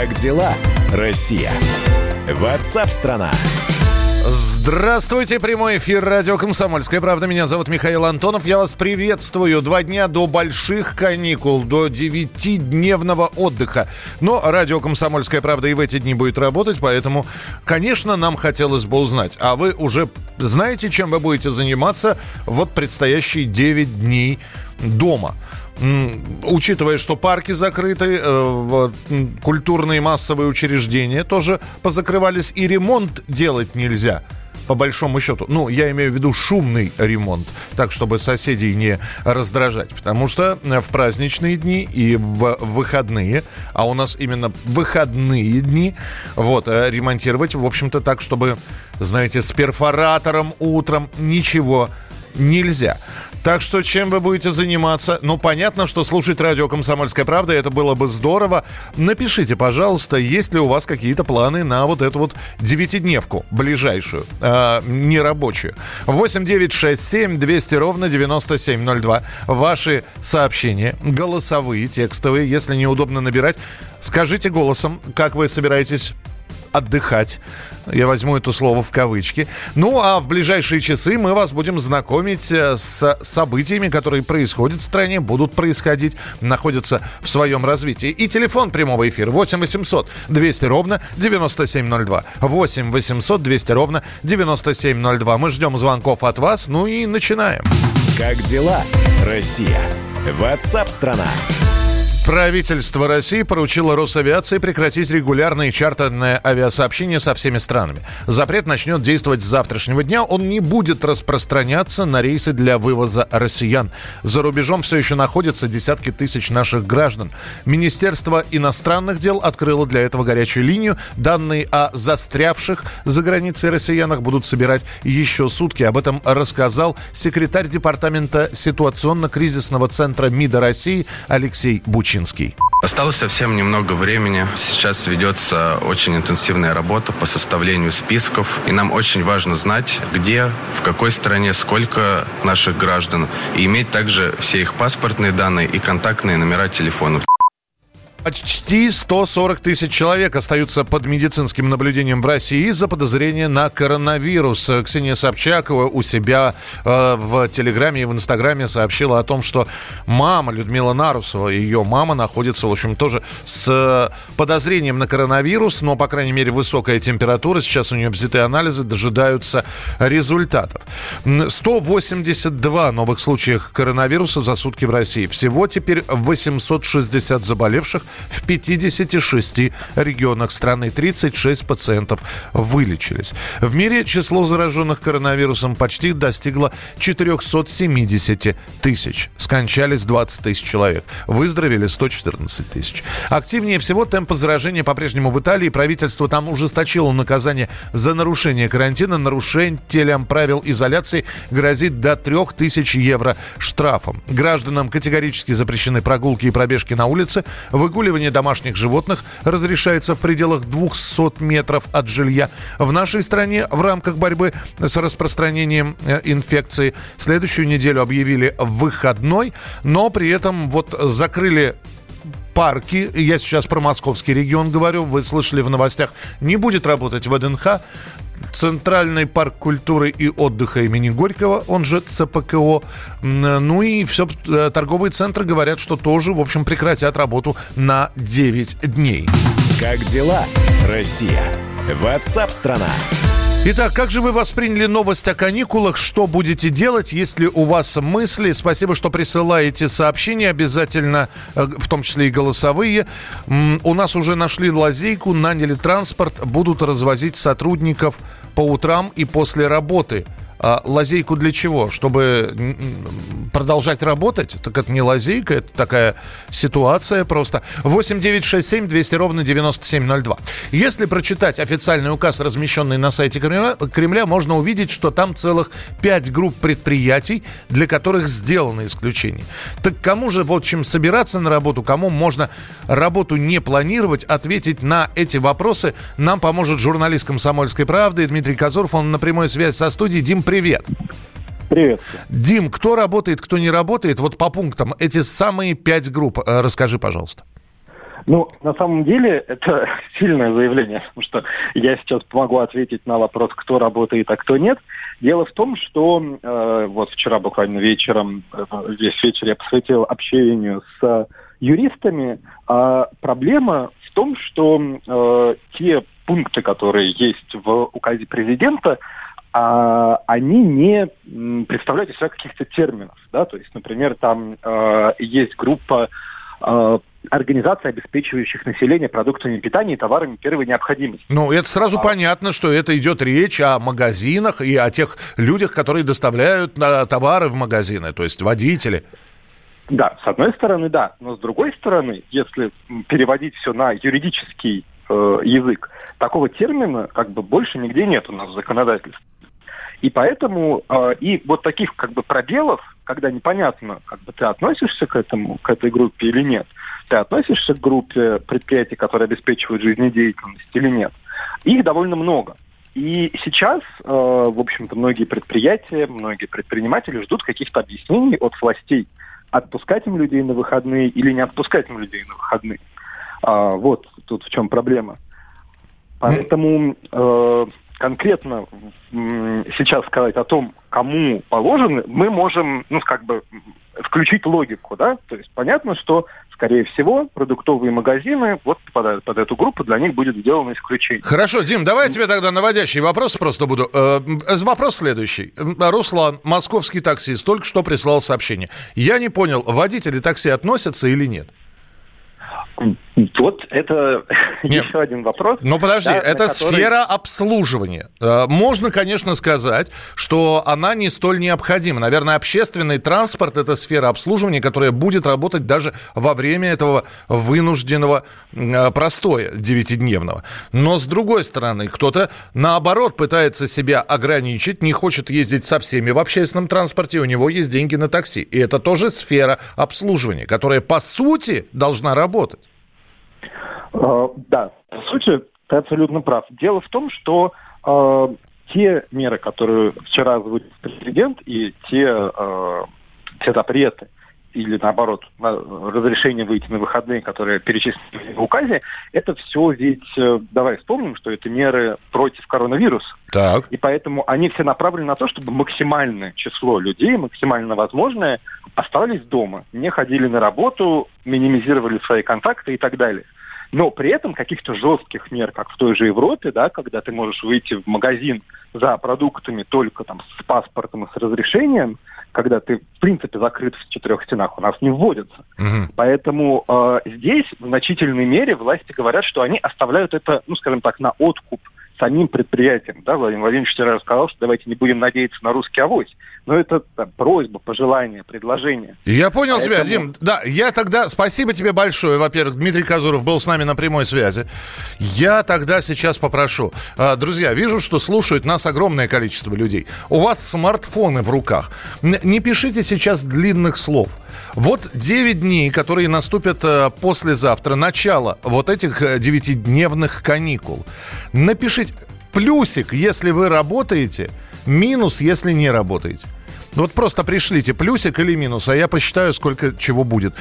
Как дела, Россия? WhatsApp-страна. Здравствуйте, прямой эфир радио «Комсомольская правда». Меня зовут Михаил Антонов. Я вас приветствую. 2 дня до больших каникул, до 9-дневного отдыха. Но радио «Комсомольская правда» и в эти дни будет работать, поэтому, конечно, нам хотелось бы узнать. А вы уже знаете, чем вы будете заниматься вот предстоящие 9 дней дома? Учитывая, что парки закрыты, культурные массовые учреждения тоже позакрывались, и ремонт делать нельзя, по большому счету. Ну, я имею в виду шумный ремонт, так, чтобы соседей не раздражать. Потому что в праздничные дни и в выходные, а у нас именно выходные дни, ремонтировать, в общем-то, так, чтобы, знаете, с перфоратором утром ничего нельзя. Так что чем вы будете заниматься? Ну, понятно, что слушать радио «Комсомольская правда» это было бы здорово. Напишите, пожалуйста, есть ли у вас какие-то планы на вот эту вот 9-дневку ближайшую, нерабочую. 8 9 6 7 200 ровно 9702. Ваши сообщения, голосовые, текстовые, если неудобно набирать, скажите голосом, как вы собираетесь отдыхать. Я возьму это слово в кавычки. Ну, а в ближайшие часы мы вас будем знакомить с событиями, которые происходят в стране, будут происходить, находятся в своем развитии. И телефон прямого эфира 8 800 200 ровно 9702. 8 800 200 ровно 9702. Мы ждем звонков от вас, ну и начинаем. Как дела, Россия? WhatsApp-страна. Правительство России поручило Росавиации прекратить регулярные чартерные авиасообщения со всеми странами. Запрет начнет действовать с завтрашнего дня. Он не будет распространяться на рейсы для вывоза россиян. За рубежом все еще находятся десятки тысяч наших граждан. Министерство иностранных дел открыло для этого горячую линию. Данные о застрявших за границей россиянах будут собирать еще сутки. Об этом рассказал секретарь департамента ситуационно-кризисного центра МИДа России Алексей Бучинский. Осталось совсем немного времени. Сейчас ведется очень интенсивная работа по составлению списков. И нам очень важно знать, где, в какой стране, сколько наших граждан. И иметь также все их паспортные данные и контактные номера телефонов. Почти 140 тысяч человек остаются под медицинским наблюдением в России из-за подозрения на коронавирус. Ксения Собчак у себя в Телеграме и в Инстаграме сообщила о том, что мама Людмила Нарусова, ее мама, находится, в общем, тоже с подозрением на коронавирус, но, по крайней мере, высокая температура. Сейчас у нее взяты анализы, дожидаются результатов. 182 новых случаев коронавируса за сутки в России. Всего теперь 860 заболевших в 56 регионах страны. 36 пациентов вылечились. В мире число зараженных коронавирусом почти достигло 470 тысяч. Скончались 20 тысяч человек. Выздоровели 114 тысяч. Активнее всего темпы заражения по-прежнему в Италии. Правительство там ужесточило наказание за нарушение карантина. Нарушителям правил изоляции грозит до 3000 евро штрафом. Гражданам категорически запрещены прогулки и пробежки на улице. Выгуливание домашних животных разрешается в пределах 200 метров от жилья. В нашей стране в рамках борьбы с распространением инфекции следующую неделю объявили выходной, но при этом закрыли парки. Я сейчас про московский регион говорю. Вы слышали в новостях, не будет работать ВДНХ. Центральный парк культуры и отдыха имени Горького, он же ЦПКО. Ну и все торговые центры говорят, что тоже, в общем, прекратят работу на 9 дней. Как дела, Россия? WhatsApp-страна. Итак, как же вы восприняли новость о каникулах? Что будете делать, если у вас мысли? Спасибо, что присылаете сообщения, обязательно, в том числе и голосовые. У нас уже нашли лазейку, наняли транспорт, будут развозить сотрудников по утрам и после работы. А лазейку для чего? Чтобы продолжать работать? Так это не лазейка, это такая ситуация просто. 8 9 6 7 200 ровно 9702. Если прочитать официальный указ, размещенный на сайте Кремля, можно увидеть, что там целых 5 групп предприятий, для которых сделано исключение. Так кому же, в общем, собираться на работу, кому можно работу не планировать, ответить на эти вопросы нам поможет журналист «Комсомольской правды» Дмитрий Козуров. Он на прямой связи со студией. Дим, привет. Привет. Дим, кто работает, кто не работает? Вот по пунктам эти самые 5 групп. Расскажи, пожалуйста. Ну, на самом деле, это сильное заявление, потому что я сейчас помогу ответить на вопрос, кто работает, а кто нет. Дело в том, что вот вчера буквально вечером, весь вечер я посвятил общению с юристами. А проблема в том, что те пункты, которые есть в указе президента, они не представляют из себя каких-то терминов. Да? То есть, например, там есть группа организаций, обеспечивающих население продуктами питания и товарами первой необходимости. Ну, это сразу понятно, что это идет речь о магазинах и о тех людях, которые доставляют товары в магазины, то есть водители. Да, с одной стороны, да. Но с другой стороны, если переводить все на юридический язык, такого термина как бы больше нигде нет у нас в законодательстве. И поэтому и вот таких как бы пробелов, когда непонятно, как бы ты относишься к этой группе или нет, ты относишься к группе предприятий, которые обеспечивают жизнедеятельность или нет, их довольно много. И сейчас, в общем-то, многие предприятия, многие предприниматели ждут каких-то объяснений от властей, отпускать им людей на выходные или не отпускать им людей на выходные. Вот тут в чем проблема. Поэтому конкретно сейчас сказать о том, кому положены, мы можем, включить логику, да? То есть понятно, что, скорее всего, продуктовые магазины вот попадают под эту группу, для них будет сделано исключение. Хорошо, Дим, давай я тебе тогда наводящий вопрос просто буду. Вопрос следующий. Руслан, московский таксист, только что прислал сообщение. Я не понял, водители такси относятся или нет? Вот это еще один вопрос. Но подожди, да, это сфера обслуживания. Можно, конечно, сказать, что она не столь необходима. Наверное, общественный транспорт – это сфера обслуживания, которая будет работать даже во время этого вынужденного простоя 9-дневного. Но, с другой стороны, кто-то, наоборот, пытается себя ограничить, не хочет ездить со всеми в общественном транспорте, у него есть деньги на такси. И это тоже сфера обслуживания, которая, по сути, должна работать. Да, по сути, ты абсолютно прав. Дело в том, что те меры, которые вчера озвучил президент, и те запреты, или наоборот, разрешение выйти на выходные, которые перечислены в указе, это все ведь, давай вспомним, что это меры против коронавируса. Так. И поэтому они все направлены на то, чтобы максимальное число людей, максимально возможное, оставались дома, не ходили на работу, минимизировали свои контакты и так далее. Но при этом каких-то жестких мер, как в той же Европе, да, когда ты можешь выйти в магазин за продуктами только там с паспортом и с разрешением, когда ты, в принципе, закрыт в 4 стенах, у нас не вводится. Поэтому здесь в значительной мере власти говорят, что они оставляют это, скажем так, на откуп самим предприятиям. Да, Владимир Владимирович вчера сказал, что давайте не будем надеяться на русский авось. Но это просьба, пожелание, предложение. Я понял тебя, Дим. Да, я тогда... Спасибо тебе большое. Во-первых, Дмитрий Казуров был с нами на прямой связи. Я тогда сейчас попрошу. Друзья, вижу, что слушают нас огромное количество людей. У вас смартфоны в руках. Не пишите сейчас длинных слов. Вот 9 дней, которые наступят послезавтра, начало вот этих 9-дневных каникул. Напишите плюсик, если вы работаете, минус, если не работаете. Вот просто пришлите плюсик или минус, а я посчитаю, сколько чего будет.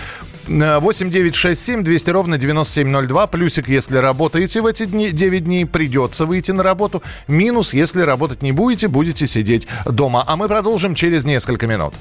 8-967 200 9702. Плюсик, если работаете в эти 9 дней, придется выйти на работу. Минус, если работать не будете, будете сидеть дома. А мы продолжим через несколько минут.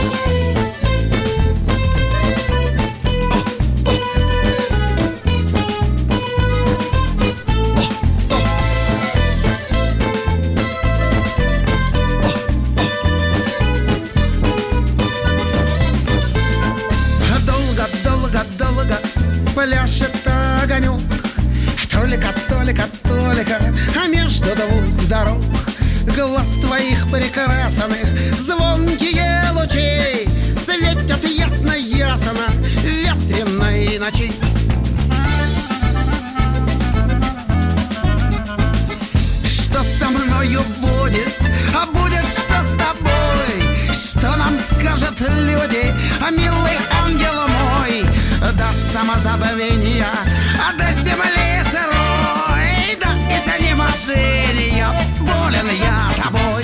Пляшет огонек, только, а между двух дорог глаз твоих прекрасных звонкие лучи светят ясно-ясно в ветреной ночи. Что со мною будет, а будет что с тобой? Что нам скажут люди, а милый ангел мой? До самозабвения, а до земли сырой, да изнеможения, болен я тобой.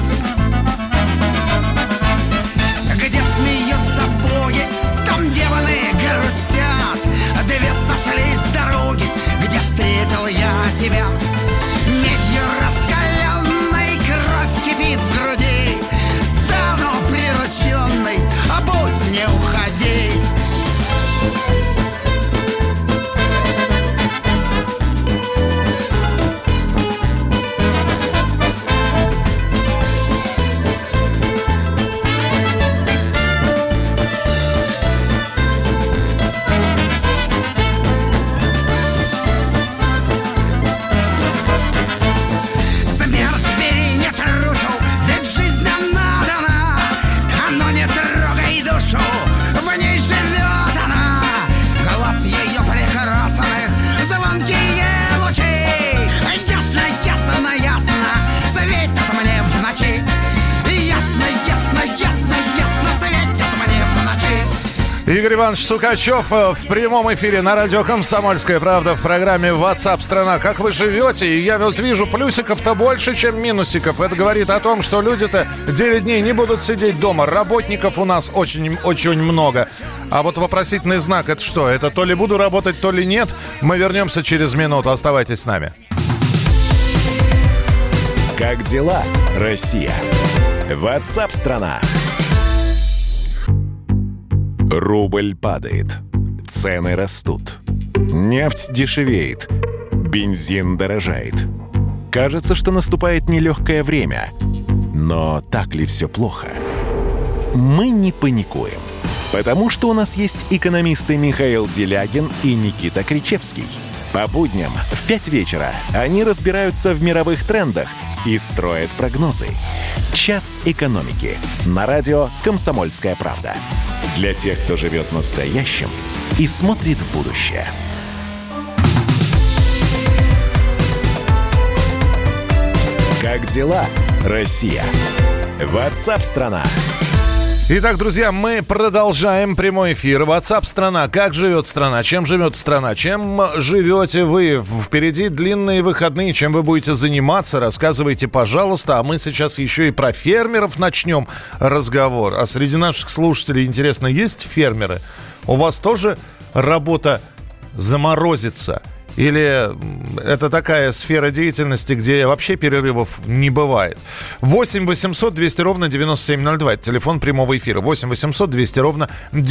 Где смеются боги, там дьяволы Игорь Иванович Сукачев в прямом эфире на радио «Комсомольская правда» в программе WhatsApp страна. Как вы живете? И я вот вижу, плюсиков-то больше, чем минусиков. Это говорит о том, что люди-то 9 дней не будут сидеть дома. Работников у нас очень много. А вот вопросительный знак — это что? Это то ли буду работать, то ли нет? Мы вернемся через минуту. Оставайтесь с нами. Как дела, Россия? WhatsApp страна. Рубль падает, цены растут, нефть дешевеет, бензин дорожает. Кажется, что наступает нелегкое время. Но так ли все плохо? Мы не паникуем, потому что у нас есть экономисты Михаил Делягин и Никита Кричевский. По будням в 5 вечера они разбираются в мировых трендах и строят прогнозы. «Час экономики» на радио «Комсомольская правда». Для тех, кто живет настоящим и смотрит в будущее. Как дела, Россия? WhatsApp страна. Итак, друзья, мы продолжаем прямой эфир. WhatsApp страна. Как живет страна? Чем живет страна? Чем живете вы? Впереди длинные выходные. Чем вы будете заниматься? Рассказывайте, пожалуйста. А мы сейчас еще и про фермеров начнем разговор. А среди наших слушателей, интересно, есть фермеры? У вас тоже работа заморозится? Или это такая сфера деятельности, где вообще перерывов не бывает? 8 800 200 ровно 9702. Это телефон прямого эфира. 8 800 200 ровно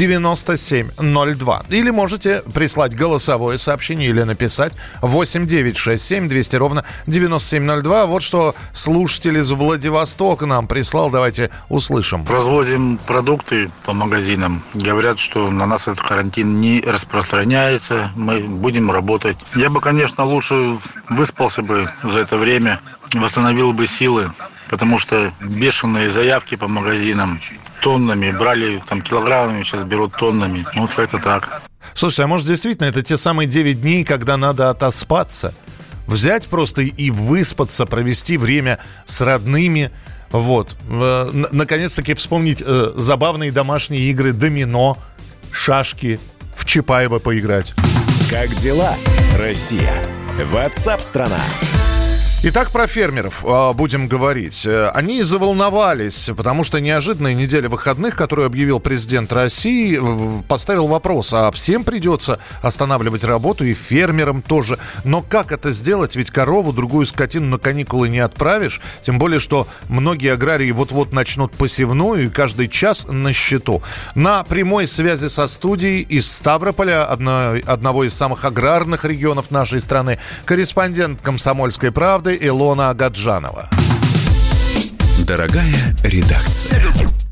9702. Или можете прислать голосовое сообщение или написать 8 967 200 ровно 9702. Вот что слушатель из Владивостока нам прислал. Давайте услышим. Развозим продукты по магазинам. Говорят, что на нас этот карантин не распространяется. Мы будем работать. Я бы, конечно, лучше выспался бы за это время, восстановил бы силы, потому что бешеные заявки по магазинам тоннами, брали там килограммами, сейчас берут тоннами. Вот как-то так. Слушайте, а может действительно это те самые 9 дней, когда надо отоспаться? Взять просто и выспаться, провести время с родными. Вот. Наконец-таки вспомнить забавные домашние игры домино, шашки, в Чапаева поиграть. Как дела, Россия? WhatsApp страна. Итак, про фермеров будем говорить. Они заволновались, потому что неожиданная неделя выходных, которую объявил президент России, поставил вопрос, а всем придется останавливать работу и фермерам тоже. Но как это сделать? Ведь корову, другую скотину на каникулы не отправишь. Тем более, что многие аграрии вот-вот начнут посевную, и каждый час на счету. На прямой связи со студией из Ставрополя, одного из самых аграрных регионов нашей страны, корреспондент «Комсомольской правды» Илона Агаджанова. Дорогая редакция.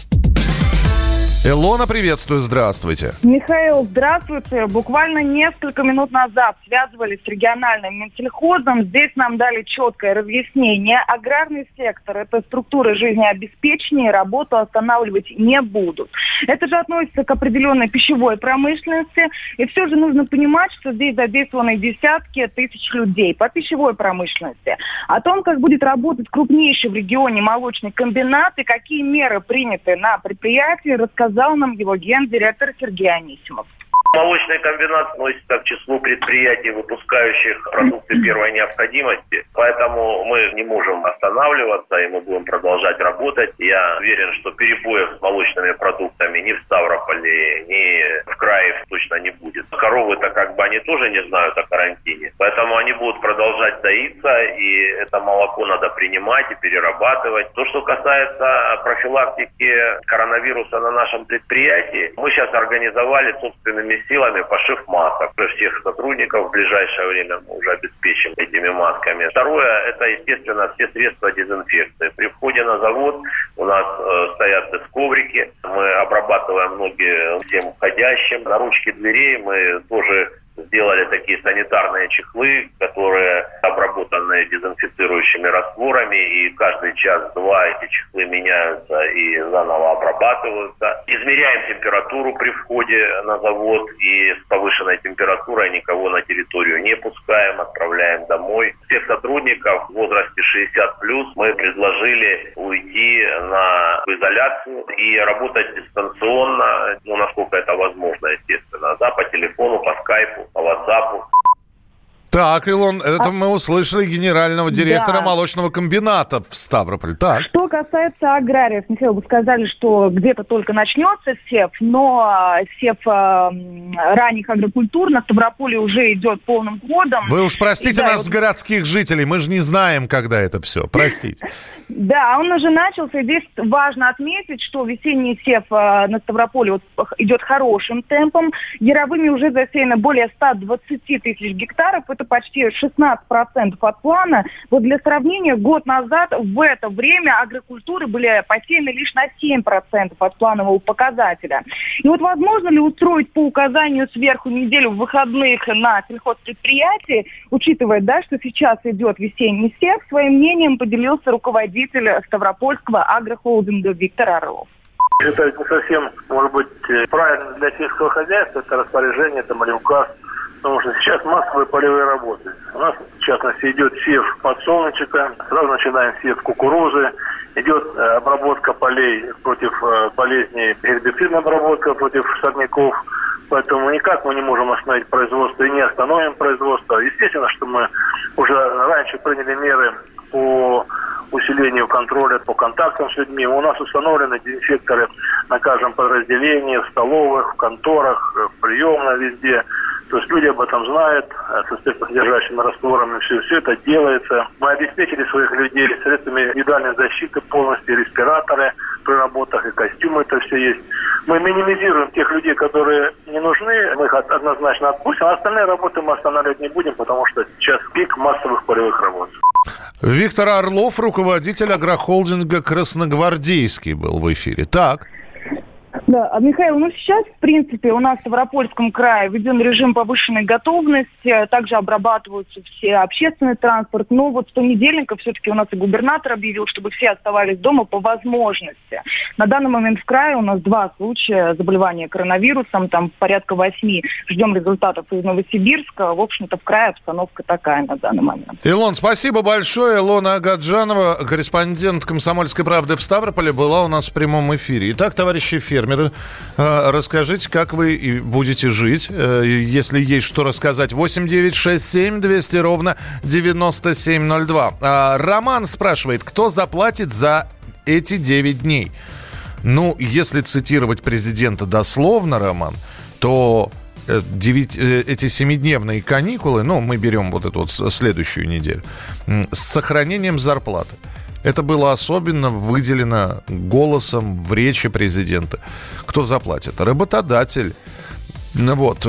Илона, приветствую, здравствуйте. Михаил, здравствуйте. Буквально несколько минут назад связывались с региональным Минсельхозом. Здесь нам дали четкое разъяснение. Аграрный сектор – это структура жизнеобеспечения, работу останавливать не будут. Это же относится к определенной пищевой промышленности. И все же нужно понимать, что здесь задействованы десятки тысяч людей по пищевой промышленности. О том, как будет работать крупнейший в регионе молочный комбинат и какие меры приняты на предприятии, рассказал нам его гендиректор Сергей Анисимов. Молочный комбинат относится к числу предприятий, выпускающих продукты первой необходимости. Поэтому мы не можем останавливаться, и мы будем продолжать работать. Я уверен, что перебоев с молочными продуктами ни в Ставрополе, ни в крае точно не будет. Коровы-то они тоже не знают о карантине. Поэтому они будут продолжать доиться, и это молоко надо принимать и перерабатывать. То, что касается профилактики коронавируса на нашем предприятии, мы сейчас организовали собственными силами пошив масок. Всех сотрудников в ближайшее время мы уже обеспечим этими масками. Второе, это, естественно, все средства дезинфекции. При входе на завод у нас стоят коврики. Мы обрабатываем ноги всем входящим. На ручки дверей мы тоже сделали такие санитарные чехлы, которые обработаны дезинфицирующими растворами, и каждый час-два эти чехлы меняются и заново обрабатываются. Измеряем температуру при входе на завод, и с повышенной температурой никого на территорию не пускаем, отправляем домой. Всех сотрудников в возрасте 60+, мы предложили уйти на изоляцию и работать дистанционно, насколько это возможно. Так, Илон, это мы услышали генерального директора молочного комбината в Ставрополе. Так. Что касается аграриев, Михаил, вы сказали, что где-то только начнется сев, но сев ранних агрокультур на Ставрополе уже идет полным ходом. Вы уж простите нас, городских жителей, мы же не знаем, когда это все. Простите. Да, он уже начался. И здесь важно отметить, что весенний сев на Ставрополе идет хорошим темпом. Яровыми уже засеяно более 120 тысяч гектаров. Это почти 16% от плана. Вот для сравнения, год назад в это время агрокультуры были посеяны лишь на 7% от планового показателя. И вот возможно ли устроить по указанию сверху неделю выходных на сельхозпредприятии, учитывая, да, что сейчас идет весенний сев, своим мнением поделился руководитель Ставропольского агрохолдинга Виктор Орлов. Это не совсем, может быть, правильно для сельского хозяйства, это распоряжение, это или указ, потому что сейчас массовые полевые работы. У нас, в частности, идет сев подсолнечника, сразу начинаем сев кукурузы, идет обработка полей против болезней, гербицидная обработка против сорняков. Поэтому никак мы не можем остановить производство и не остановим производство. Естественно, что мы уже раньше приняли меры по усилению контроля по контактам с людьми. У нас установлены дезинфекторы на каждом подразделении, в столовых, в конторах, в приемной, везде. То есть люди об этом знают, со спецсодержащими растворами, все это делается. Мы обеспечили своих людей средствами индивидуальной защиты полностью, респираторы при работах и костюмы, это все есть. Мы минимизируем тех людей, которые не нужны, мы их однозначно отпустим, а остальные работы мы останавливать не будем, потому что сейчас пик массовых полевых работ. Виктор Орлов, руководитель агрохолдинга «Красногвардейский», был в эфире. Так. Да, Михаил, сейчас, в принципе, у нас в Ставропольском крае введен режим повышенной готовности, также обрабатываются все общественный транспорт, но вот с понедельника все-таки у нас и губернатор объявил, чтобы все оставались дома по возможности. На данный момент в крае у нас 2 случая заболевания коронавирусом, там порядка 8. Ждем результатов из Новосибирска. В общем-то, в крае обстановка такая на данный момент. Илон, спасибо большое. Илона Агаджанова, корреспондент «Комсомольской правды» в Ставрополе, была у нас в прямом эфире. Итак, товарищи фермеры, расскажите, как вы будете жить, если есть что рассказать. 8-967 200 9702. Роман спрашивает, кто заплатит за эти 9 дней? Ну, если цитировать президента дословно, Роман, то эти 7-дневные каникулы, ну, мы берем вот эту вот следующую неделю, с сохранением зарплаты. Это было особенно выделено голосом в речи президента. Кто заплатит? Работодатель. Вот.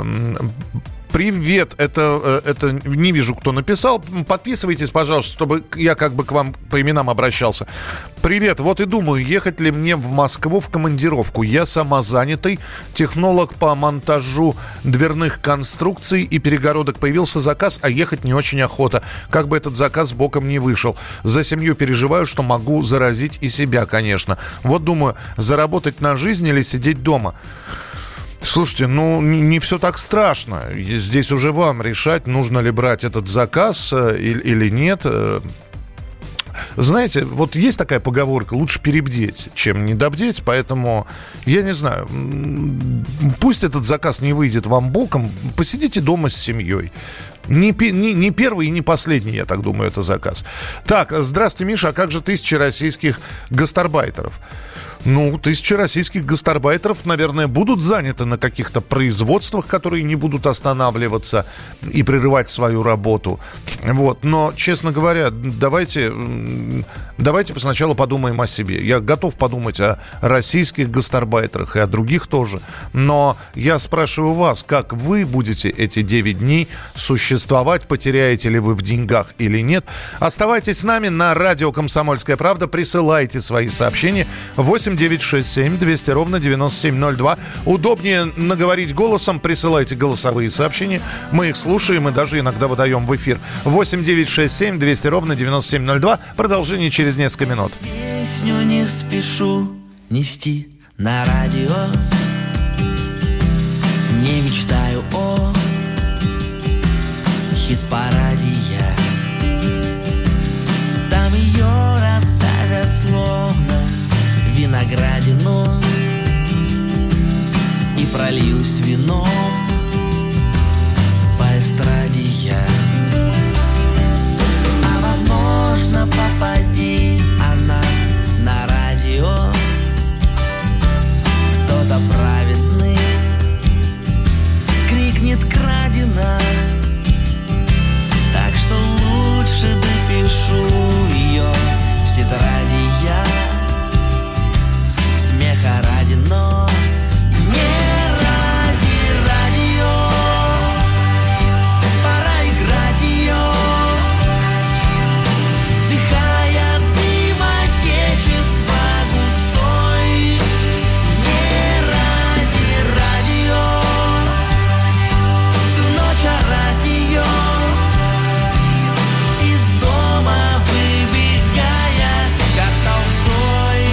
Привет, это не вижу, кто написал. Подписывайтесь, пожалуйста, чтобы я как бы к вам по именам обращался. Привет, вот и думаю, ехать ли мне в Москву в командировку. Я самозанятый технолог по монтажу дверных конструкций и перегородок. Появился заказ, а ехать не очень охота. Как бы этот заказ боком не вышел. За семью переживаю, что могу заразить и себя, конечно. Вот думаю, заработать на жизнь или сидеть дома. Слушайте, ну не все так страшно. Здесь уже вам решать, нужно ли брать этот заказ или нет. Знаете, вот есть такая поговорка: лучше перебдеть, чем недобдеть. Поэтому, я не знаю, пусть этот заказ не выйдет вам боком. Посидите дома с семьей. Не первый и не последний, я так думаю, это заказ. Так, здравствуйте, Миша, а как же 1000 российских гастарбайтеров? Ну, 1000 российских гастарбайтеров, наверное, будут заняты на каких-то производствах, которые не будут останавливаться и прерывать свою работу. Вот. Но, честно говоря, давайте сначала подумаем о себе. Я готов подумать о российских гастарбайтерах и о других тоже. Но я спрашиваю вас, как вы будете эти 9 дней существовать, потеряете ли вы в деньгах или нет. Оставайтесь с нами на радио «Комсомольская правда». Присылайте свои сообщения. 8-967 200 9702. Удобнее наговорить голосом. Присылайте голосовые сообщения. Мы их слушаем и даже иногда выдаем в эфир. 8-967 200 9702. Продолжение через несколько минут. Песню не спешу нести на радио. Не мечтаю о хит-параде я. Там ее расставят словно виноградину и прольюсь вином по эстраде я. поди, она на радио. Кто-то праведный крикнет крадено, так что лучше допишу ее в тетради я. Смеха ради, но не ради радио. Пора играть ее, вдыхая дым отечества густой. Не ради радио, всю ночь орать ее, из дома выбегая, как Толстой.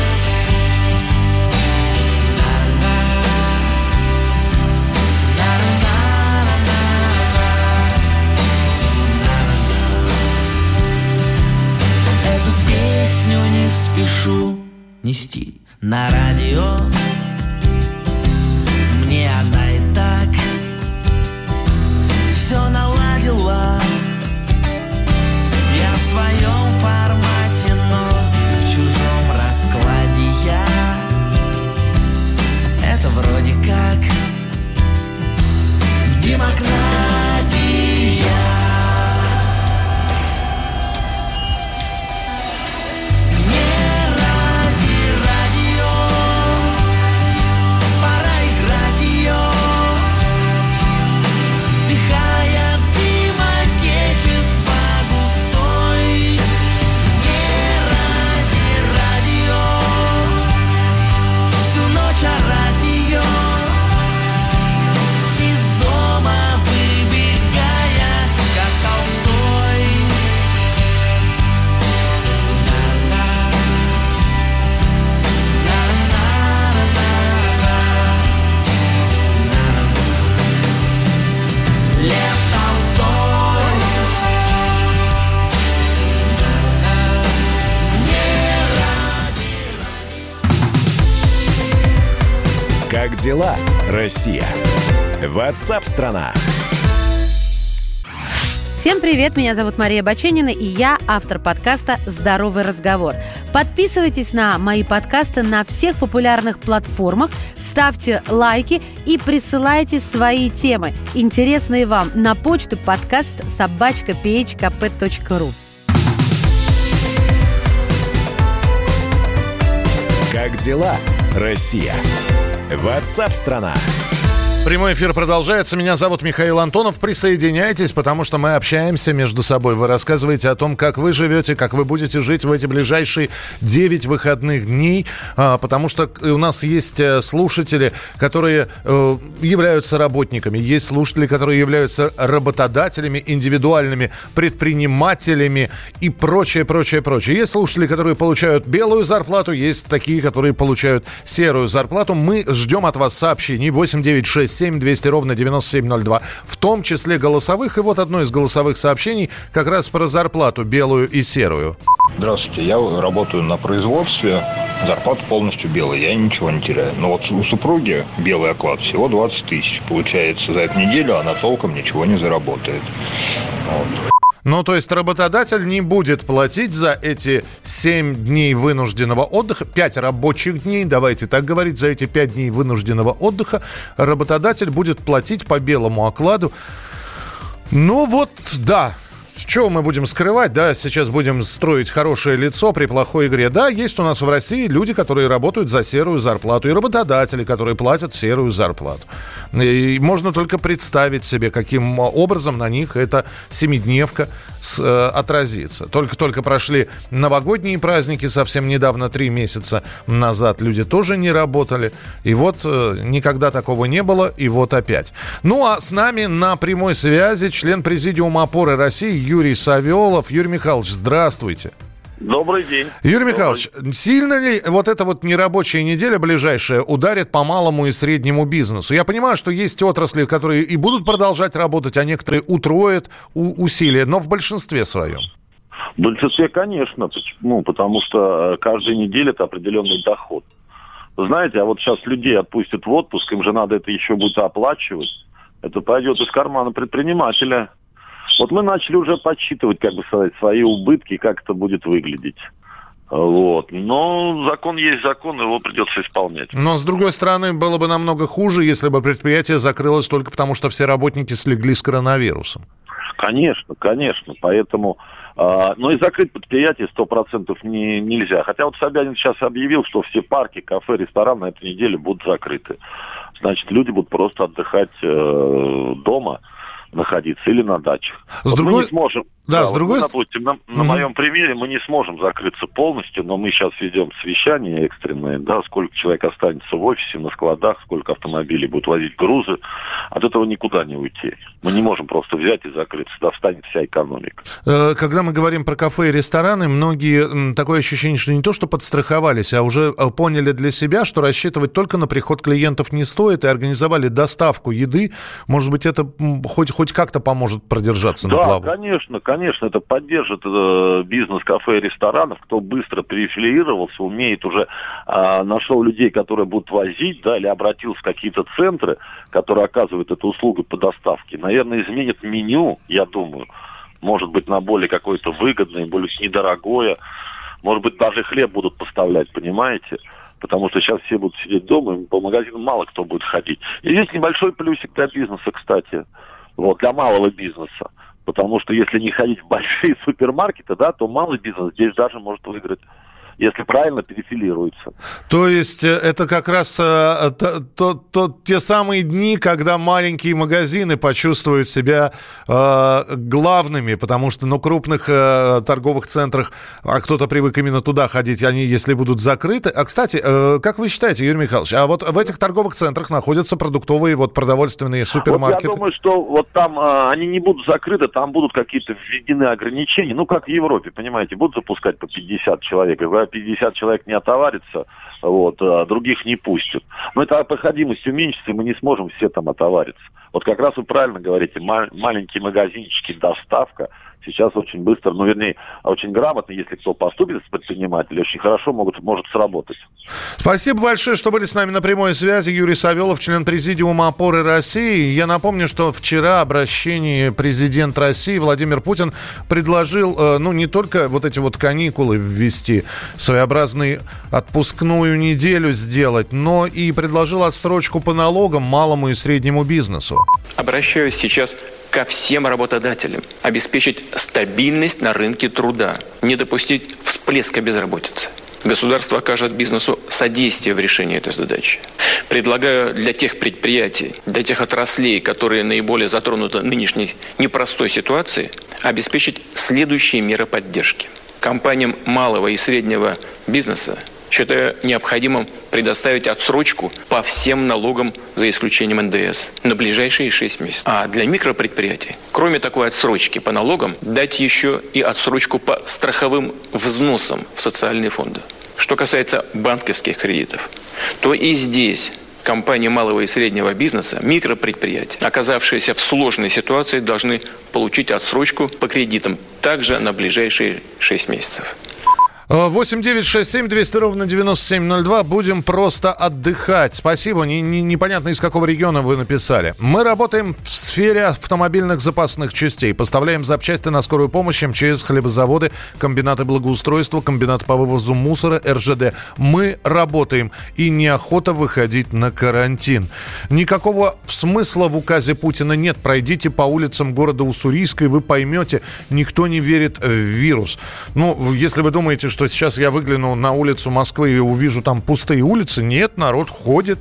Эту песню не спешу нести на радио. Мне она и так все наладила. Я в своем формате, но в чужом раскладе я. Это вроде как демократия. Не ради радио, пора играть ее, вдыхая дым отечества густой. Не ради радио, всю ночь орать ее, из дома выбегая, как Толстой. Лев Толстой. Как дела, Россия? WhatsApp-страна. Всем привет, меня зовут Мария Баченина, и я автор подкаста «Здоровый разговор». Подписывайтесь на мои подкасты на всех популярных платформах, ставьте лайки и присылайте свои темы, интересные вам, на почту podcast@phkp.ru. Как дела, Россия? WhatsApp-страна. Прямой эфир продолжается. Меня зовут Михаил Антонов. Присоединяйтесь, потому что мы общаемся между собой. Вы рассказываете о том, как вы живете, как вы будете жить в эти ближайшие 9 выходных дней. Потому что у нас есть слушатели, которые являются работниками. Есть слушатели, которые являются работодателями, индивидуальными предпринимателями и прочее, прочее, прочее. Есть слушатели, которые получают белую зарплату. Есть такие, которые получают серую зарплату. Мы ждем от вас сообщений 896 7-200-97-02, в том числе голосовых. И вот одно из голосовых сообщений как раз про зарплату белую и серую. Здравствуйте, я работаю на производстве, зарплата полностью белая, я ничего не теряю. Но вот у супруги белый оклад всего 20 тысяч. Получается, за эту неделю она толком ничего не заработает. Вот. Ну, то есть работодатель не будет платить за эти 7 дней вынужденного отдыха, 5 рабочих дней, давайте так говорить, за эти 5 дней вынужденного отдыха работодатель будет платить по белому окладу. Ну вот, да. Чего мы будем скрывать, да, сейчас будем строить хорошее лицо при плохой игре. Да, есть у нас в России люди, которые работают за серую зарплату, и работодатели, которые платят серую зарплату. И можно только представить себе, каким образом на них эта семидневка отразится. Только прошли новогодние праздники, совсем недавно, 3 месяца назад, люди тоже не работали. И вот никогда такого не было, и вот опять. Ну, а с нами на прямой связи член Президиума опоры России Юрий Савелов. Юрий Михайлович, здравствуйте. Добрый день. Юрий Михайлович, сильно ли вот эта вот нерабочая неделя ближайшая ударит по малому и среднему бизнесу? Я понимаю, что есть отрасли, которые и будут продолжать работать, а некоторые утроят усилия, но в большинстве своем. В большинстве, конечно. Потому что каждая неделя – это определенный доход. Вы знаете, а вот сейчас людей отпустят в отпуск, им же надо это еще будет оплачивать. Это пойдет из кармана предпринимателя. Вот мы начали уже подсчитывать, как бы сказать, свои убытки, как это будет выглядеть. Вот. Но закон есть закон, его придется исполнять. Но, с другой стороны, было бы намного хуже, если бы предприятие закрылось только потому, что все работники слегли с коронавирусом. Конечно, конечно. Поэтому... но и закрыть предприятие 100% нельзя. Хотя вот Собянин сейчас объявил, что все парки, кафе, рестораны на этой неделе будут закрыты. Значит, люди будут просто отдыхать дома, находиться или на дачах. Мы не сможем... Да, с другой стороны... Допустим, на моем примере мы не сможем закрыться полностью, но мы сейчас ведем совещание экстренное, да, сколько человек останется в офисе, на складах, сколько автомобилей будут возить грузы. От этого никуда не уйти. Мы не можем просто взять и закрыться, да, встанет вся экономика. Когда мы говорим про кафе и рестораны, многие, такое ощущение, что не то, что подстраховались, а уже поняли для себя, что рассчитывать только на приход клиентов не стоит, и организовали доставку еды. Может быть, это хоть как-то поможет продержаться на плаву? Да, конечно, это поддержит бизнес кафе и ресторанов. Кто быстро перефилировался, умеет уже, нашел людей, которые будут возить, да, или обратился в какие-то центры, которые оказывают эту услугу по доставке. Наверное, изменит меню, я думаю. Может быть, на более какое-то выгодное, более недорогое. Может быть, даже хлеб будут поставлять, понимаете? Потому что сейчас все будут сидеть дома, и по магазинам мало кто будет ходить. И здесь небольшой плюсик для бизнеса, кстати. Вот, для малого бизнеса. Потому что если не ходить в большие супермаркеты, да, то малый бизнес здесь даже может выиграть, если правильно перефилируется. То есть это как раз те самые дни, когда маленькие магазины почувствуют себя главными, потому что на крупных торговых центрах, а кто-то привык именно туда ходить, они, если будут закрыты... А, кстати, как вы считаете, Юрий Михайлович, а вот в этих торговых центрах находятся продуктовые, вот, продовольственные супермаркеты? Вот я думаю, что вот там они не будут закрыты, там будут какие-то введены ограничения, ну, как в Европе, понимаете, будут запускать по 50 человек, 50 человек не отоварится, вот, а других не пустят. Но эта проходимость уменьшится, и мы не сможем все там отовариться. Вот как раз вы правильно говорите, маленькие магазинчики, доставка сейчас очень быстро, ну, вернее, очень грамотно, если кто поступит с предпринимателей, очень хорошо может сработать. Спасибо большое, что были с нами на прямой связи. Юрий Савелов, член Президиума «Опоры России». Я напомню, что вчера обращении президент России Владимир Путин предложил, ну, не только вот эти вот каникулы ввести, своеобразную отпускную неделю сделать, но и предложил отсрочку по налогам малому и среднему бизнесу. Обращаюсь сейчас ко всем работодателям. Обеспечить стабильность на рынке труда. Не допустить всплеска безработицы. Государство окажет бизнесу содействие в решении этой задачи. Предлагаю для тех предприятий, для тех отраслей, которые наиболее затронуты нынешней непростой ситуацией, обеспечить следующие меры поддержки. Компаниям малого и среднего бизнеса считаю необходимым предоставить отсрочку по всем налогам, за исключением НДС, на ближайшие 6 месяцев. А для микропредприятий, кроме такой отсрочки по налогам, дать еще и отсрочку по страховым взносам в социальные фонды. Что касается банковских кредитов, то и здесь компании малого и среднего бизнеса, микропредприятия, оказавшиеся в сложной ситуации, должны получить отсрочку по кредитам также на ближайшие 6 месяцев. 8-967-200-97-02. Будем просто отдыхать. Спасибо. Непонятно, из какого региона вы написали. Мы работаем в сфере автомобильных запасных частей. Поставляем запчасти на скорую помощь, МЧС, хлебозаводы, комбинаты благоустройства, комбинаты по вывозу мусора, РЖД. Мы работаем. И неохота выходить на карантин. Никакого смысла в указе Путина нет. Пройдите по улицам города Уссурийска, и вы поймете, никто не верит в вирус. Ну, если вы думаете, что сейчас я выгляну на улицу Москвы и увижу там пустые улицы. Нет, народ ходит.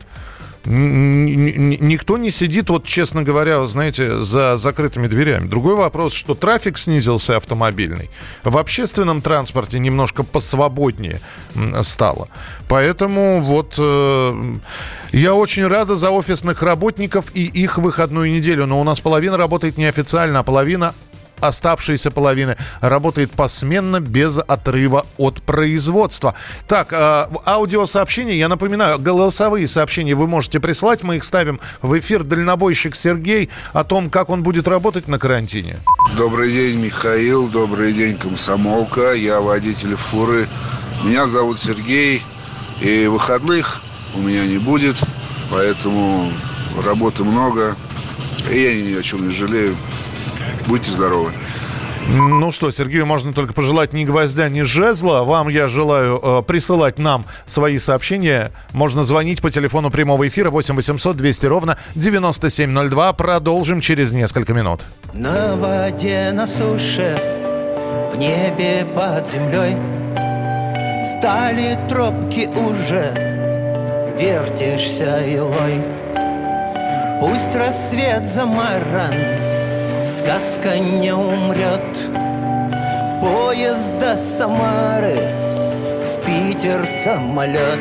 Никто не сидит, вот честно говоря, знаете, за закрытыми дверями. Другой вопрос, что трафик снизился автомобильный. В общественном транспорте немножко посвободнее стало. Поэтому вот я очень рада за офисных работников и их выходную неделю. Но у нас половина работает неофициально, а половина... Оставшаяся половина работает посменно, без отрыва от производства. Так, аудиосообщения, я напоминаю, голосовые сообщения вы можете присылать. Мы их ставим в эфир. Дальнобойщик Сергей о том, как он будет работать на карантине. Добрый день, Михаил. Добрый день, комсомолка. Я водитель фуры. Меня зовут Сергей. И выходных у меня не будет. Поэтому работы много. И я ни о чем не жалею. Будьте здоровы. Ну что, Сергею можно только пожелать ни гвоздя, ни жезла. Вам я желаю присылать нам свои сообщения. Можно звонить по телефону прямого эфира 8 800 200 ровно 9702. Продолжим через несколько минут. На воде, на суше, в небе под землей стали тропки уже, вертишься илой. Пусть рассвет замаран, сказка не умрет. Поезд до Самары, в Питер самолет.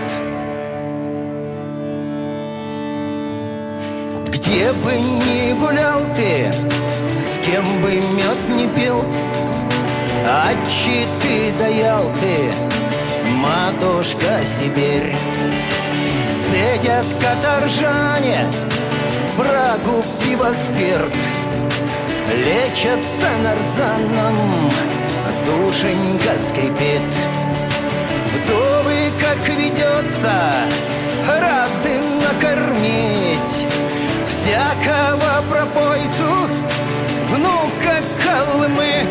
Где бы ни гулял ты, с кем бы мед не пил, отчи ты даял ты, матушка Сибирь. Цедят каторжане брагу, пиво, спирт, лечатся нарзаном, душенька скрипит. Вдовы, как ведется, рады накормить всякого пропойцу, внука Колымы.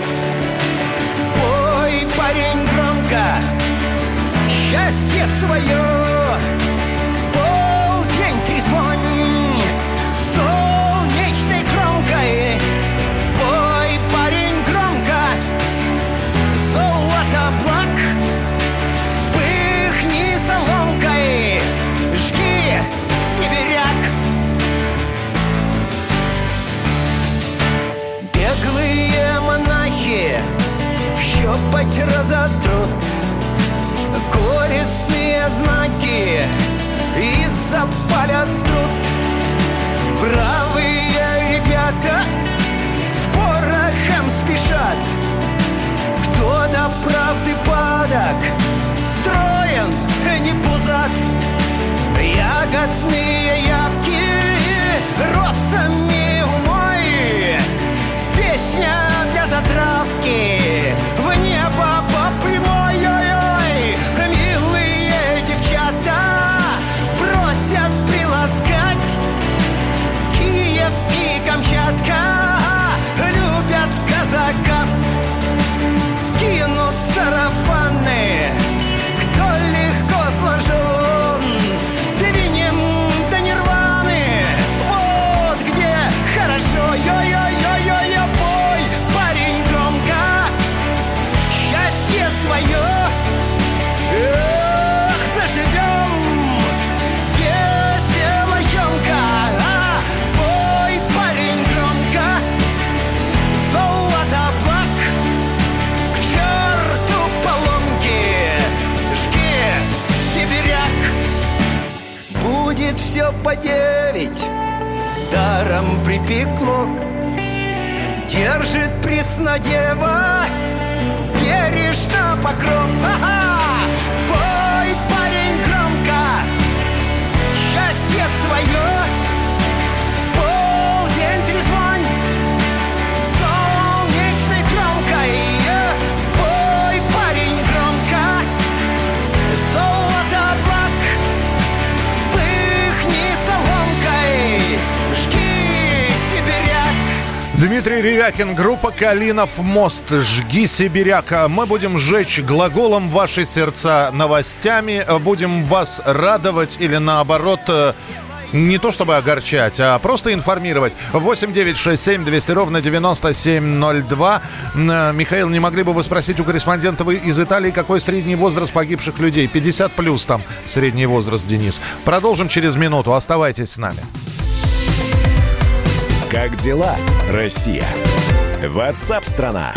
Пой, парень, громко счастье свое, в полдень трезвонь солнечной кромкой. Пой, парень, громко, золото благ, вспыхни соломкой, жги, сибиряк. Беглые монахи в щепоть разотрут горестные знаки и запалят труд. Бравые ребята с порохом спешат. Кто до правды падок, строен, не пузат. Ягодные явки росами умой, песня для затравки в небо по прямой. Ой-ой, милые девчата просят приласкать. Киев и Камчатка любят казака. Скинут сарафаны, кто легко сложен, двинем до нирваны. Вот где хорошо. Ой-ой-ой-ой, пой, парень, громко счастье свое. Эх, заживем весело, емко. Пой, парень, громко, золото благ, к черту поломки, жги, сибиряк. Будет все по 9, даром припекло. Держит преснодева бережно покров. Ага! Пой, парень, громко счастье свое, в полдень трезвонь солнечной кромкой. Пой, парень, громко золото благ, вспыхни соломкой, жги, сибиряк. Дмитрий Ревякин, группа «Калинов мост». «Жги, сибиряк». Мы будем сжечь глаголом ваши сердца новостями, будем вас радовать или наоборот... Не то чтобы огорчать, а просто информировать. 8 9 6 7 200 ровно 9702. Михаил, не могли бы вы спросить у корреспондента из Италии, какой средний возраст погибших людей? 50 плюс там средний возраст, Денис. Продолжим через минуту. Оставайтесь с нами. Как дела, Россия? WhatsApp-страна.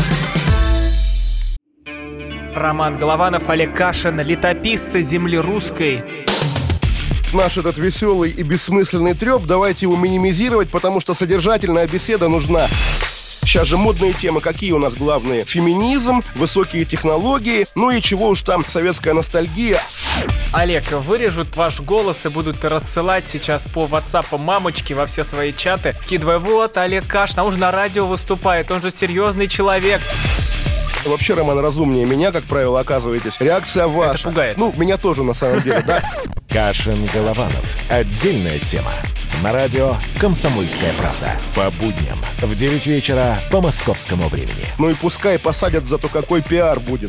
Роман Голованов, Олег Кашин, летописцы земли русской. Наш этот веселый и бессмысленный треп, давайте его минимизировать, потому что содержательная беседа нужна. Сейчас же модные темы, какие у нас главные? Феминизм, высокие технологии, ну и чего уж там, советская ностальгия. Олег, вырежут ваш голос и будут рассылать сейчас по WhatsApp мамочки во все свои чаты, скидывая: вот, Олег Кашин, он же на радио выступает, он же серьезный человек. Вообще, Роман, разумнее меня, как правило, оказываетесь. Реакция ваша. Это пугает. Ну, меня тоже, на самом деле, да. Кашин-Голованов. Отдельная тема. на радио «Комсомольская правда». По будням в 9 вечера по московскому времени. Ну и пускай посадят, зато какой пиар будет.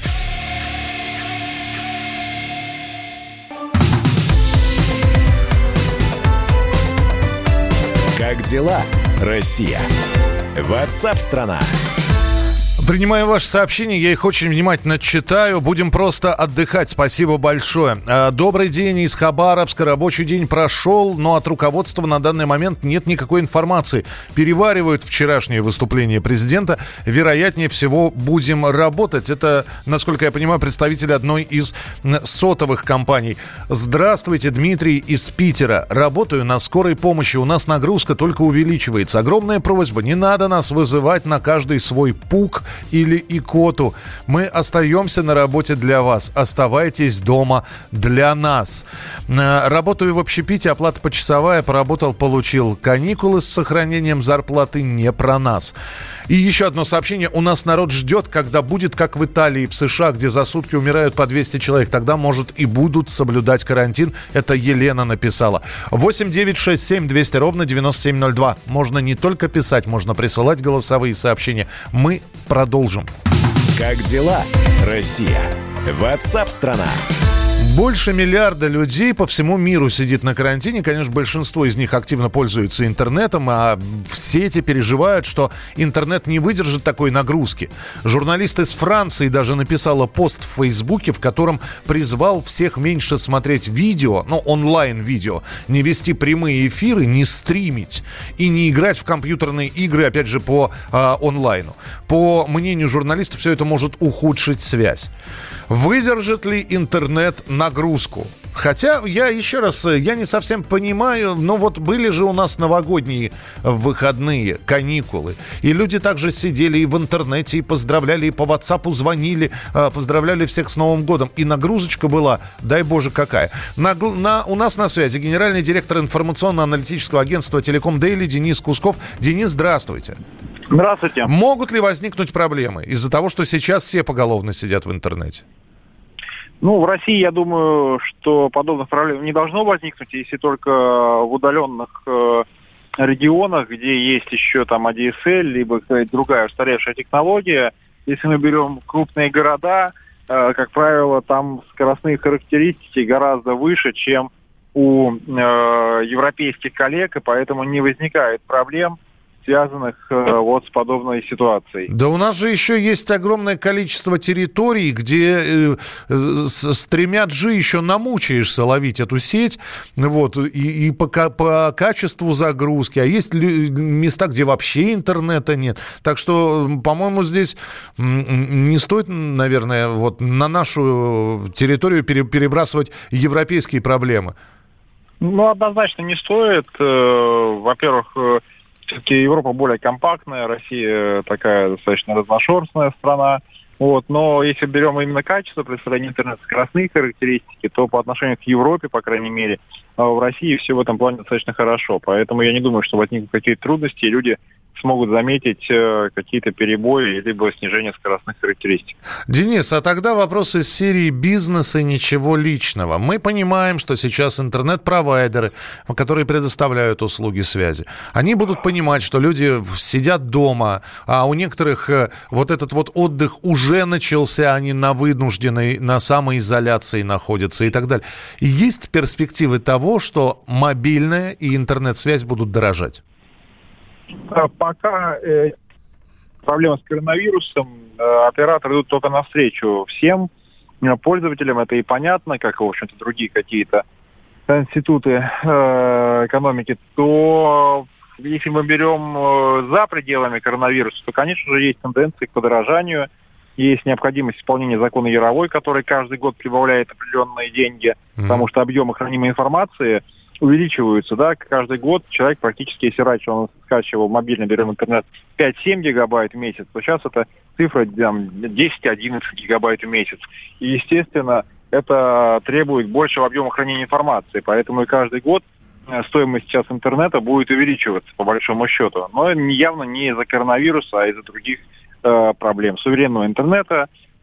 Как дела, Россия? WhatsApp-страна. Принимаю ваши сообщения, я их очень внимательно читаю. Будем просто отдыхать. Спасибо большое. Добрый день из Хабаровска. Рабочий день прошел, но от руководства на данный момент нет никакой информации. Переваривают вчерашнее выступление президента. Вероятнее всего, будем работать. Это, насколько я понимаю, представитель одной из сотовых компаний. Здравствуйте, Дмитрий из Питера. Работаю на скорой помощи. У нас нагрузка только увеличивается. Огромная просьба, не надо нас вызывать на каждый свой пук или икоту. Мы остаемся на работе для вас. Оставайтесь дома для нас. Работаю в общепите, оплата почасовая. Поработал, получил каникулы с сохранением зарплаты. Не про нас. И еще одно сообщение. У нас народ ждет, когда будет, как в Италии, в США, где за сутки умирают по 200 человек. Тогда, может, и будут соблюдать карантин. Это Елена написала. 8-967 200 ровно 9702. Можно не только писать, можно присылать голосовые сообщения. Мы продолжим. Как дела, Россия? WhatsApp-страна. Больше миллиарда людей по всему миру сидит на карантине. Конечно, большинство из них активно пользуются интернетом, а в сети переживают, что интернет не выдержит такой нагрузки. Журналист из Франции даже написала пост в Фейсбуке, в котором призвал всех меньше смотреть видео, онлайн-видео, не вести прямые эфиры, не стримить и не играть в компьютерные игры, опять же, по онлайну. По мнению журналиста, все это может ухудшить связь. Выдержит ли интернет нагрузку? Хотя, я не совсем понимаю, но вот были же у нас новогодние выходные, каникулы, и люди также сидели и в интернете, и поздравляли, и по WhatsApp звонили, поздравляли всех с Новым годом, и нагрузочка была, дай боже, какая. У нас на связи генеральный директор информационно-аналитического агентства «Телеком Дейли» Денис Кусков. Денис, здравствуйте. Здравствуйте. Могут ли возникнуть проблемы из-за того, что сейчас все поголовно сидят в интернете? В России, я думаю, что подобных проблем не должно возникнуть, если только в удаленных регионах, где есть еще там ADSL, либо какая-то другая устаревшая технология. Если мы берем крупные города, как правило, там скоростные характеристики гораздо выше, чем у европейских коллег, и поэтому не возникает проблем, связанных с подобной ситуацией. Да у нас же еще есть огромное количество территорий, где с 3G еще намучаешься ловить эту сеть, и по качеству загрузки, а есть места, где вообще интернета нет. Так что, по-моему, здесь не стоит, наверное, на нашу территорию перебрасывать европейские проблемы. Однозначно не стоит. Во-первых, все-таки Европа более компактная, Россия такая достаточно разношерстная страна. Но если берем именно качество представления интернета, скоростные характеристики, то по отношению к Европе, по крайней мере, в России все в этом плане достаточно хорошо. Поэтому я не думаю, что возникнут какие-то трудности, и люди смогут заметить какие-то перебои либо снижение скоростных характеристик. Денис, а тогда вопрос из серии бизнеса, ничего личного. Мы понимаем, что сейчас интернет-провайдеры, которые предоставляют услуги связи, они будут понимать, что люди сидят дома, а у некоторых этот отдых уже начался, они на вынужденной, на самоизоляции находятся и так далее. Есть перспективы того, что мобильная и интернет-связь будут дорожать? Пока проблема с коронавирусом, операторы идут только навстречу всем пользователям, это и понятно, как, в общем-то, другие какие-то институты экономики, то если мы берем за пределами коронавируса, то, конечно же, есть тенденции к подорожанию, есть необходимость исполнения закона Яровой, который каждый год прибавляет определенные деньги, потому что объемы хранимой информации увеличиваются, каждый год человек практически, если раньше он скачивал мобильный, берем интернет, 5-7 гигабайт в месяц, то сейчас это цифра 10-11 гигабайт в месяц. И, естественно, это требует большего объема хранения информации, поэтому и каждый год стоимость сейчас интернета будет увеличиваться, по большому счету. Но явно не из-за коронавируса, а из-за других проблем. Суверенного интернета,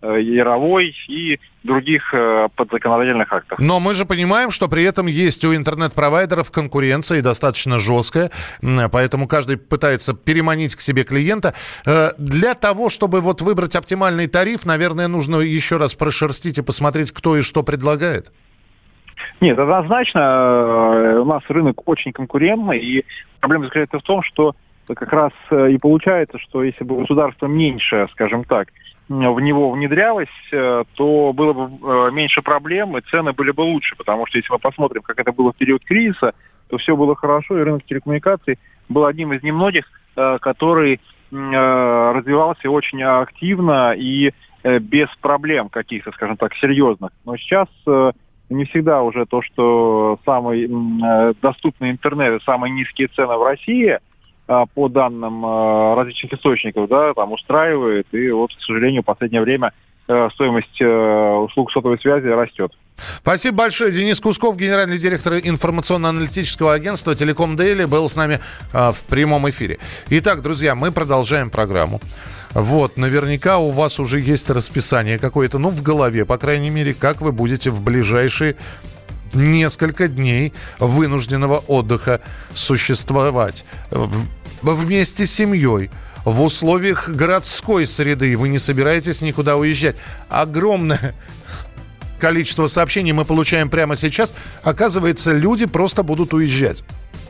Яровой и других подзаконодательных актов. Но мы же понимаем, что при этом есть у интернет-провайдеров конкуренция достаточно жесткая, поэтому каждый пытается переманить к себе клиента. Для того, чтобы вот выбрать оптимальный тариф, наверное, нужно еще раз прошерстить и посмотреть, кто и что предлагает. Нет, однозначно, у нас рынок очень конкурентный, и проблема заключается в том, что как раз и получается, что если бы государство меньше, скажем так, в него внедрялось, то было бы меньше проблем, и цены были бы лучше, потому что если мы посмотрим, как это было в период кризиса, то все было хорошо, и рынок телекоммуникаций был одним из немногих, который развивался очень активно и без проблем каких-то, скажем так, серьезных. Но сейчас не всегда уже то, что самый доступный интернет и самые низкие цены в России, по данным различных источников, да, там устраивает. И вот, к сожалению, в последнее время стоимость услуг сотовой связи растет. Спасибо большое. Денис Кусков, генеральный директор информационно-аналитического агентства «Телеком Дейли», был с нами в прямом эфире. Итак, друзья, мы продолжаем программу. Вот, наверняка у вас уже есть расписание какое-то, ну, в голове, по крайней мере, как вы будете в ближайшие несколько дней вынужденного отдыха существовать. Вместе с семьей, в условиях городской среды. Вы не собираетесь никуда уезжать. Огромное количество сообщений мы получаем прямо сейчас. Оказывается, люди просто будут уезжать.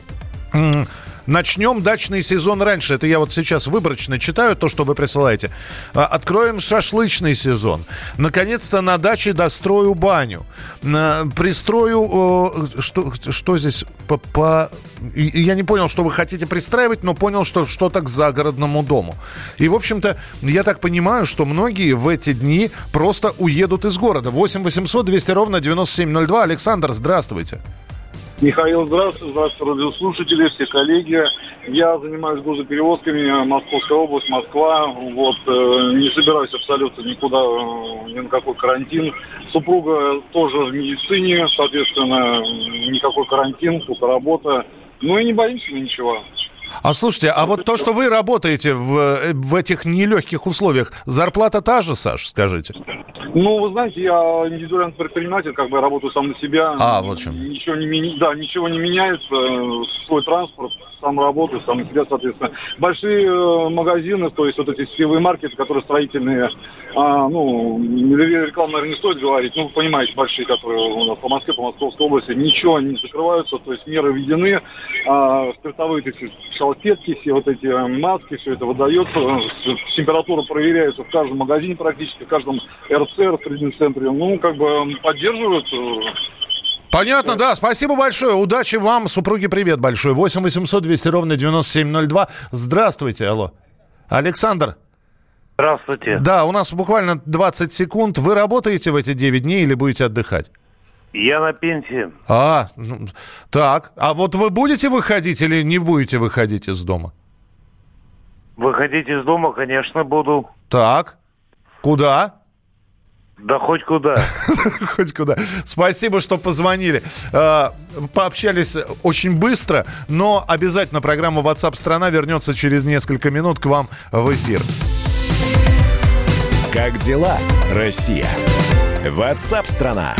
Начнем дачный сезон раньше. Это я вот сейчас выборочно читаю то, что вы присылаете. Откроем шашлычный сезон. Наконец-то на даче дострою баню. Пристрою... Что здесь? Я не понял, что вы хотите пристраивать, но понял, что что-то к загородному дому. И, в общем-то, я так понимаю, что многие в эти дни просто уедут из города. 8 800 200 ровно 9702. Александр, здравствуйте. Михаил, здравствуйте. Здравствуйте, радиослушатели, все коллеги. Я занимаюсь грузоперевозками, Московская область, Москва. Вот, не собираюсь абсолютно никуда, ни на какой карантин. Супруга тоже в медицине, соответственно, никакой карантин, только работа. Ну и не боимся мы ничего. А слушайте, а вот то, что вы работаете в этих нелегких условиях, зарплата та же, Саш, скажите? Ну, вы знаете, я индивидуальный предприниматель, как бы я работаю сам на себя. Вот в чем. Ничего не меняется. Свой транспорт, сам работаю, сам на себя, соответственно. Большие магазины, то есть вот эти сетевые маркеты, которые строительные, рекламу, наверное, не стоит говорить, ну, вы понимаете, большие, которые у нас по Москве, по Московской области, ничего не закрываются, то есть меры введены, спиртовые эти салфетки, все вот эти маски, все это выдается, температура проверяется в каждом магазине практически, в каждом РЦ, в центре, ну, как бы поддерживают. Понятно, да. Спасибо большое. Удачи вам. Супруге привет большой. 8 800 200 ровно 9702. Здравствуйте. Алло. Александр. Здравствуйте. Да, у нас буквально 20 секунд. Вы работаете в эти 9 дней или будете отдыхать? Я на пенсии. Так. А вот вы будете выходить или не будете выходить из дома? Выходить из дома, конечно, буду. Так. Куда? Да хоть куда. Хоть куда. Спасибо, что позвонили. Пообщались очень быстро, но обязательно программа WhatsApp страна вернется через несколько минут к вам в эфир. Как дела, Россия? WhatsApp страна.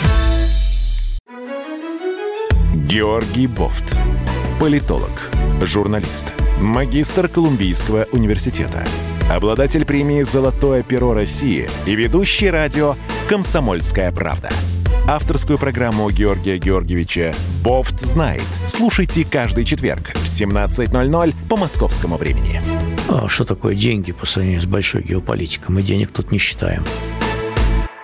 Георгий Бофт. Политолог, журналист, магистр Колумбийского университета, обладатель премии «Золотое перо России» и ведущий радио «Комсомольская правда». Авторскую программу Георгия Георгиевича «Бофт знает». Слушайте каждый четверг в 17:00 по московскому времени. Что такое деньги по сравнению с большой геополитикой? Мы денег тут не считаем.